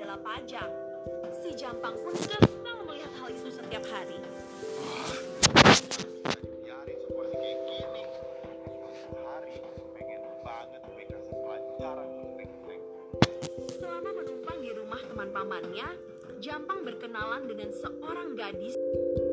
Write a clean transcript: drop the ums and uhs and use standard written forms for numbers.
adalah pajak. Si Jampang pun kesal melihat hal itu setiap hari. Biarin situasi kayak gini. Suatu hari pengen banget gue kasih pelajaran untuk Teng. Selama menumpang di rumah teman pamannya, Jampang berkenalan dengan seorang gadis